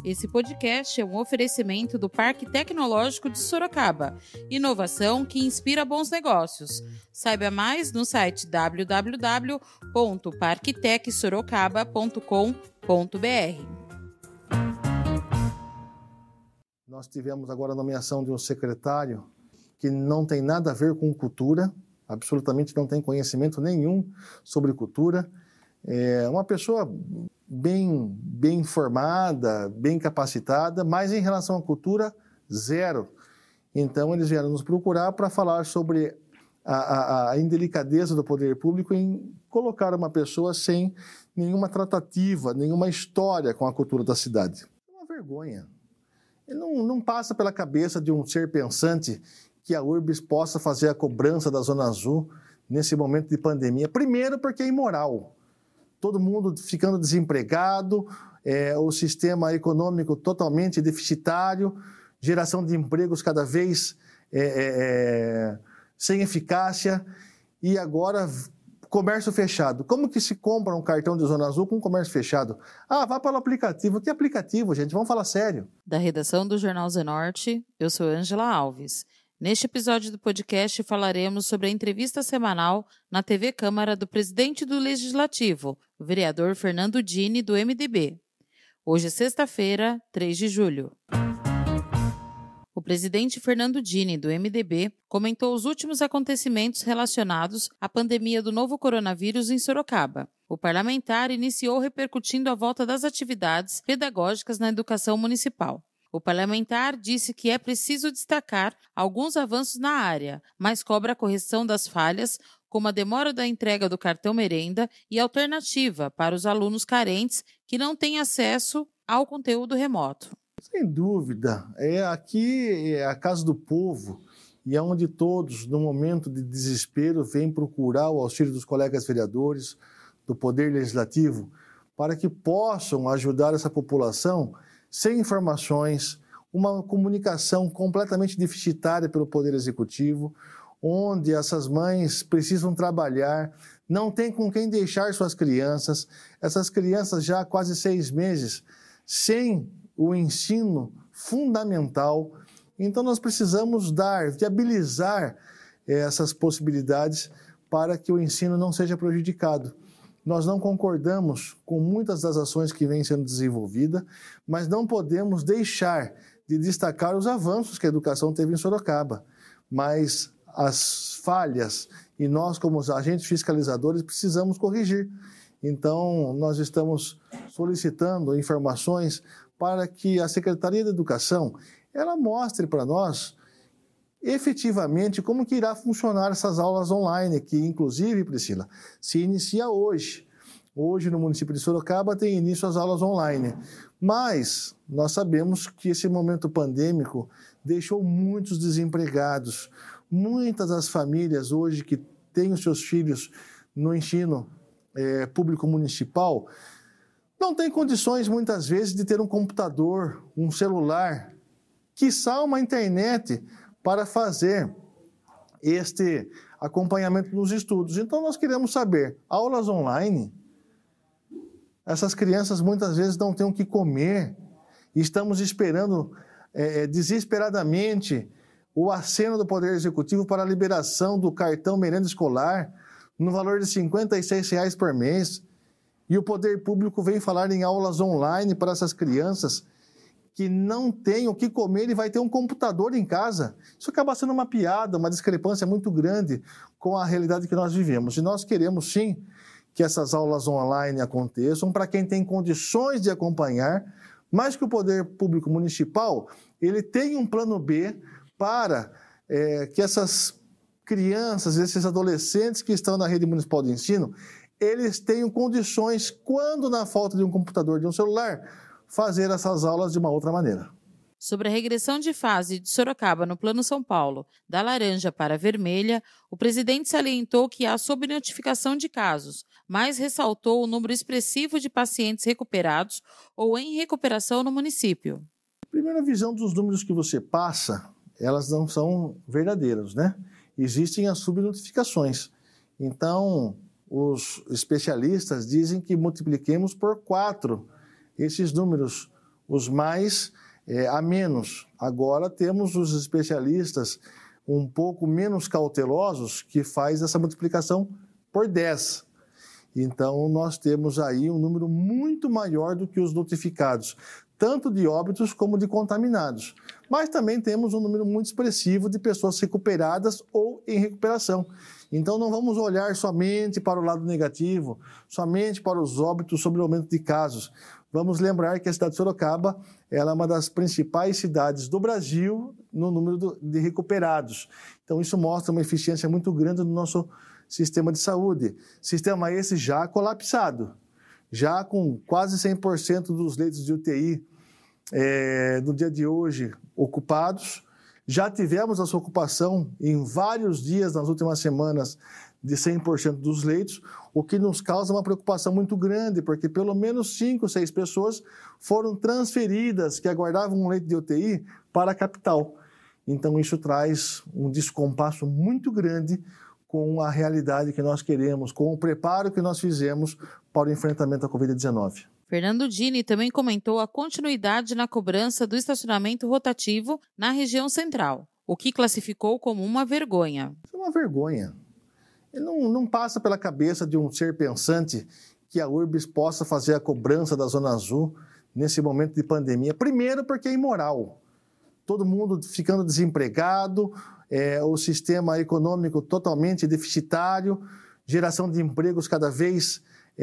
Esse podcast é um oferecimento do Parque Tecnológico de Sorocaba. Inovação que inspira bons negócios. Saiba mais no site www.parktecsorocaba.com.br. Nós tivemos agora a nomeação de um secretário que não tem nada a ver com cultura, absolutamente não tem conhecimento nenhum sobre cultura. É uma pessoa bem informada, bem capacitada, mas em relação à cultura, zero. Então, eles vieram nos procurar para falar sobre a indelicadeza do poder público em colocar uma pessoa sem nenhuma tratativa, nenhuma história com a cultura da cidade. É uma vergonha. Não passa pela cabeça de um ser pensante que a URBS possa fazer a cobrança da Zona Azul nesse momento de pandemia. Primeiro, porque é imoral. Todo mundo ficando desempregado, o sistema econômico totalmente deficitário, geração de empregos cada vez sem eficácia e agora comércio fechado. Como que se compra um cartão de Zona Azul com comércio fechado? Vá para o aplicativo. Que aplicativo, gente? Vamos falar sério. Da redação do Jornal Zenorte, eu sou Ângela Alves. Neste episódio do podcast falaremos sobre a entrevista semanal na TV Câmara do presidente do Legislativo, o vereador Fernando Dini, do MDB. Hoje é sexta-feira, 3 de julho. O presidente Fernando Dini, do MDB, comentou os últimos acontecimentos relacionados à pandemia do novo coronavírus em Sorocaba. O parlamentar iniciou repercutindo a volta das atividades pedagógicas na educação municipal. O parlamentar disse que é preciso destacar alguns avanços na área, mas cobra a correção das falhas, como a demora da entrega do cartão merenda e alternativa para os alunos carentes que não têm acesso ao conteúdo remoto. Sem dúvida, aqui é a casa do povo e é onde todos, no momento de desespero, vêm procurar o auxílio dos colegas vereadores, do Poder Legislativo, para que possam ajudar essa população sem informações, uma comunicação completamente deficitária pelo Poder Executivo, onde essas mães precisam trabalhar, não tem com quem deixar suas crianças, essas crianças já há quase 6 meses sem o ensino fundamental. Então nós precisamos viabilizar essas possibilidades para que o ensino não seja prejudicado. Nós não concordamos com muitas das ações que vêm sendo desenvolvidas, mas não podemos deixar de destacar os avanços que a educação teve em Sorocaba. Mas as falhas, e nós como agentes fiscalizadores precisamos corrigir. Então nós estamos solicitando informações para que a Secretaria de Educação ela mostre para nós efetivamente como que irá funcionar essas aulas online, que inclusive, Priscila, se inicia hoje. Hoje no município de Sorocaba tem início as aulas online, mas nós sabemos que esse momento pandêmico deixou muitos desempregados. Muitas das famílias hoje que têm os seus filhos no ensino público municipal não têm condições, muitas vezes, de ter um computador, um celular, quiçá uma internet para fazer este acompanhamento nos estudos. Então, nós queremos saber, aulas online, essas crianças muitas vezes não têm o que comer, e estamos esperando desesperadamente o aceno do Poder Executivo para a liberação do cartão merenda escolar no valor de R$ 56 por mês. E o poder público vem falar em aulas online para essas crianças que não têm o que comer e vai ter um computador em casa. Isso acaba sendo uma piada, uma discrepância muito grande com a realidade que nós vivemos. E nós queremos, sim, que essas aulas online aconteçam para quem tem condições de acompanhar, mas que o poder público municipal ele tenha um plano B para que essas crianças, esses adolescentes que estão na rede municipal de ensino, eles tenham condições, quando na falta de um computador, de um celular, fazer essas aulas de uma outra maneira. Sobre a regressão de fase de Sorocaba no Plano São Paulo, da laranja para a vermelha, o presidente salientou que há subnotificação de casos, mas ressaltou o número expressivo de pacientes recuperados ou em recuperação no município. Primeiro, a visão dos números que você passa, elas não são verdadeiras, né? Existem as subnotificações. Então, os especialistas dizem que multipliquemos por 4 esses números os mais a menos. Agora temos os especialistas um pouco menos cautelosos que faz essa multiplicação por 10. Então, nós temos aí um número muito maior do que os notificados, tanto de óbitos como de contaminados. Mas também temos um número muito expressivo de pessoas recuperadas ou em recuperação. Então, não vamos olhar somente para o lado negativo, somente para os óbitos sobre o aumento de casos. Vamos lembrar que a cidade de Sorocaba ela é uma das principais cidades do Brasil no número de recuperados. Então, isso mostra uma eficiência muito grande no nosso sistema de saúde. Sistema esse já colapsado, já com quase 100% dos leitos de UTI no dia de hoje ocupados. Já tivemos essa ocupação em vários dias nas últimas semanas de 100% dos leitos, o que nos causa uma preocupação muito grande, porque pelo menos 5, 6 pessoas foram transferidas que aguardavam um leito de UTI para a capital. Então isso traz um descompasso muito grande com a realidade que nós queremos, com o preparo que nós fizemos para o enfrentamento da Covid-19. Fernando Dini também comentou a continuidade na cobrança do estacionamento rotativo na região central, o que classificou como uma vergonha. Isso é uma vergonha. Não passa pela cabeça de um ser pensante que a URBS possa fazer a cobrança da Zona Azul nesse momento de pandemia. Primeiro porque é imoral. Todo mundo ficando desempregado, o sistema econômico totalmente deficitário, geração de empregos cada vez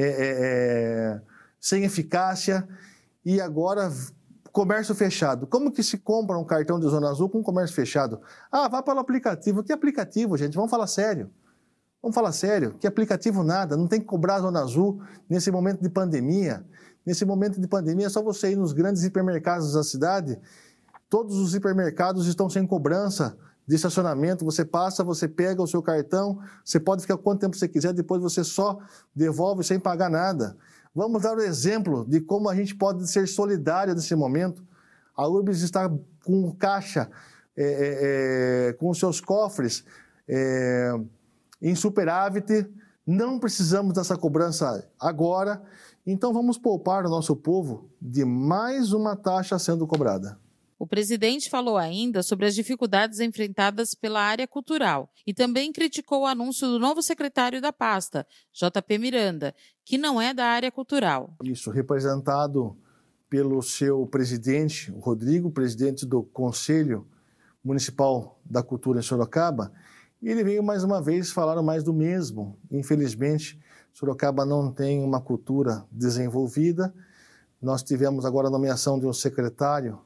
sem eficácia e agora comércio fechado. Como que se compra um cartão de Zona Azul com comércio fechado? Vá pelo aplicativo. Que aplicativo, gente? Vamos falar sério. Vamos falar sério. Que aplicativo nada. Não tem que cobrar a Zona Azul nesse momento de pandemia. Nesse momento de pandemia é só você ir nos grandes hipermercados da cidade. Todos os hipermercados estão sem cobrança de estacionamento. Você passa, você pega o seu cartão, você pode ficar quanto tempo você quiser, depois você só devolve sem pagar nada. Vamos dar o exemplo de como a gente pode ser solidário nesse momento. A URBS está com o caixa, com os seus cofres em superávit, não precisamos dessa cobrança agora, então vamos poupar o nosso povo de mais uma taxa sendo cobrada. O presidente falou ainda sobre as dificuldades enfrentadas pela área cultural e também criticou o anúncio do novo secretário da pasta, JP Miranda, que não é da área cultural. Isso, representado pelo seu presidente, o Rodrigo, presidente do Conselho Municipal da Cultura em Sorocaba, e ele veio mais uma vez falar mais do mesmo. Infelizmente, Sorocaba não tem uma cultura desenvolvida. Nós tivemos agora a nomeação de um secretário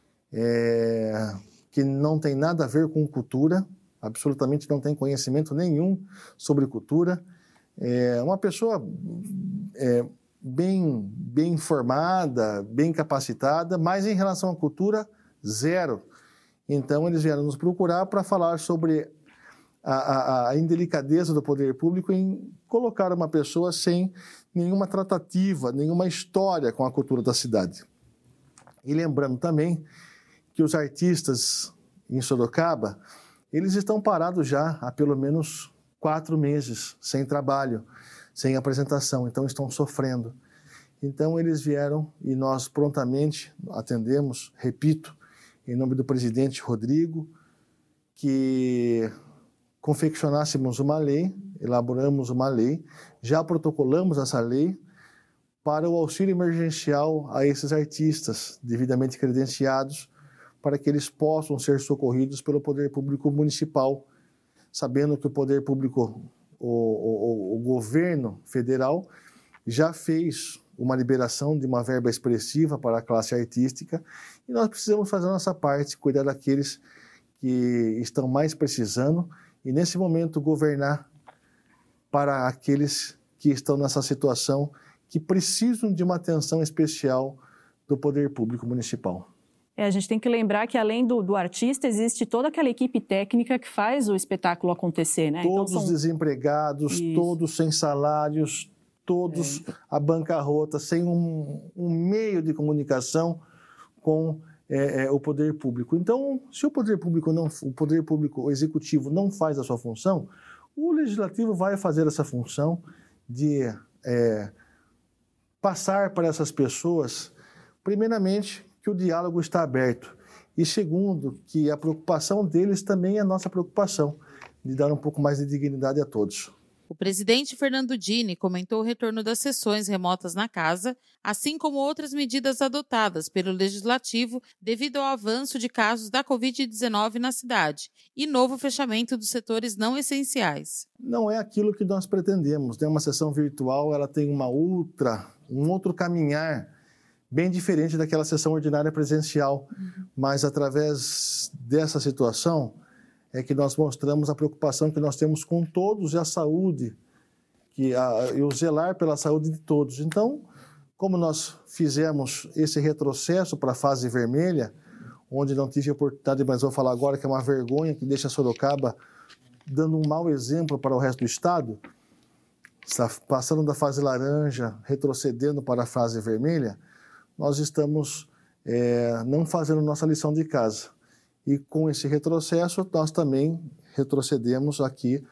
que não tem nada a ver com cultura, absolutamente não tem conhecimento nenhum sobre cultura. Uma pessoa bem formada, bem capacitada, mas em relação à cultura, zero. Então, eles vieram nos procurar para falar sobre a indelicadeza do poder público em colocar uma pessoa sem nenhuma tratativa, nenhuma história com a cultura da cidade. E lembrando também que os artistas em Sorocaba, eles estão parados já há pelo menos 4 meses, sem trabalho, sem apresentação, então estão sofrendo. Então eles vieram e nós prontamente atendemos, repito, em nome do presidente Rodrigo, que confeccionássemos uma lei, elaboramos uma lei, já protocolamos essa lei para o auxílio emergencial a esses artistas devidamente credenciados, para que eles possam ser socorridos pelo poder público municipal, sabendo que o poder público, o governo federal, já fez uma liberação de uma verba expressiva para a classe artística e nós precisamos fazer a nossa parte, cuidar daqueles que estão mais precisando e, nesse momento, governar para aqueles que estão nessa situação, que precisam de uma atenção especial do poder público municipal. A gente tem que lembrar que, além do artista, existe toda aquela equipe técnica que faz o espetáculo acontecer, né? Todos então, desempregados, isso. Todos sem salários, todos à bancarrota, sem um meio de comunicação com o poder público. Então, se o poder público executivo não faz a sua função, o legislativo vai fazer essa função de passar para essas pessoas, primeiramente, que o diálogo está aberto. E segundo, que a preocupação deles também é a nossa preocupação, de dar um pouco mais de dignidade a todos. O presidente Fernando Dini comentou o retorno das sessões remotas na casa, assim como outras medidas adotadas pelo Legislativo devido ao avanço de casos da Covid-19 na cidade e novo fechamento dos setores não essenciais. Não é aquilo que nós pretendemos, né? Uma sessão virtual ela tem um outro caminhar bem diferente daquela sessão ordinária presencial, mas através dessa situação é que nós mostramos a preocupação que nós temos com todos e a saúde, e o zelar pela saúde de todos. Então, como nós fizemos esse retrocesso para a fase vermelha, onde não tive oportunidade, mas vou falar agora que é uma vergonha que deixa Sorocaba dando um mau exemplo para o resto do estado, passando da fase laranja, retrocedendo para a fase vermelha, nós estamos não fazendo nossa lição de casa. E com esse retrocesso, nós também retrocedemos aqui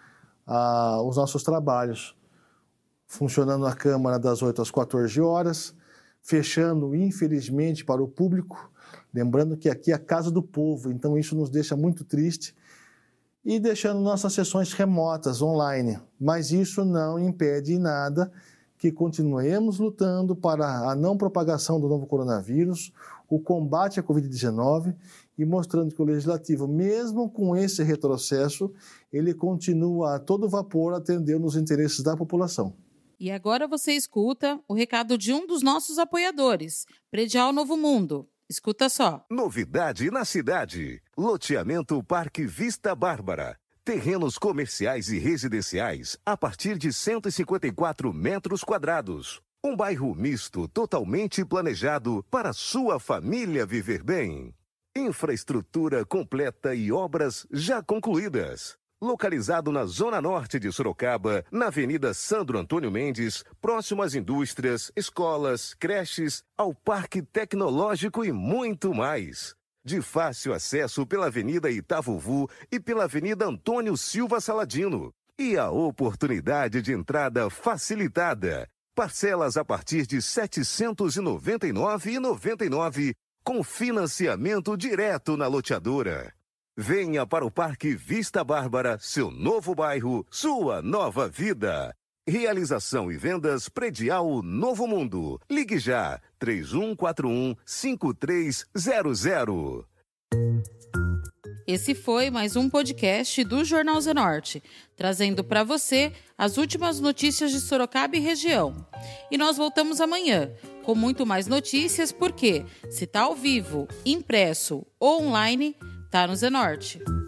os nossos trabalhos. Funcionando a Câmara das 8 às 14 horas, fechando, infelizmente, para o público. Lembrando que aqui é a Casa do Povo, então isso nos deixa muito triste. E deixando nossas sessões remotas, online. Mas isso não impede em nada que continuemos lutando para a não propagação do novo coronavírus, o combate à Covid-19 e mostrando que o Legislativo, mesmo com esse retrocesso, ele continua a todo vapor atendendo os interesses da população. E agora você escuta o recado de um dos nossos apoiadores, Predial Novo Mundo. Escuta só. Novidade na cidade. Loteamento Parque Vista Bárbara. Terrenos comerciais e residenciais a partir de 154 metros quadrados. Um bairro misto totalmente planejado para sua família viver bem. Infraestrutura completa e obras já concluídas. Localizado na Zona Norte de Sorocaba, na Avenida Sandro Antônio Mendes, próximo às indústrias, escolas, creches, ao Parque Tecnológico e muito mais. De fácil acesso pela Avenida Itavuvu e pela Avenida Antônio Silva Saladino. E a oportunidade de entrada facilitada. Parcelas a partir de R$ 799,99 com financiamento direto na loteadora. Venha para o Parque Vista Bárbara, seu novo bairro, sua nova vida. Realização e vendas Predial Novo Mundo. Ligue já, 3141-5300. Esse foi mais um podcast do Jornal Zenorte, trazendo para você as últimas notícias de Sorocaba e região. E nós voltamos amanhã com muito mais notícias, porque se tá ao vivo, impresso ou online, tá no Zenorte.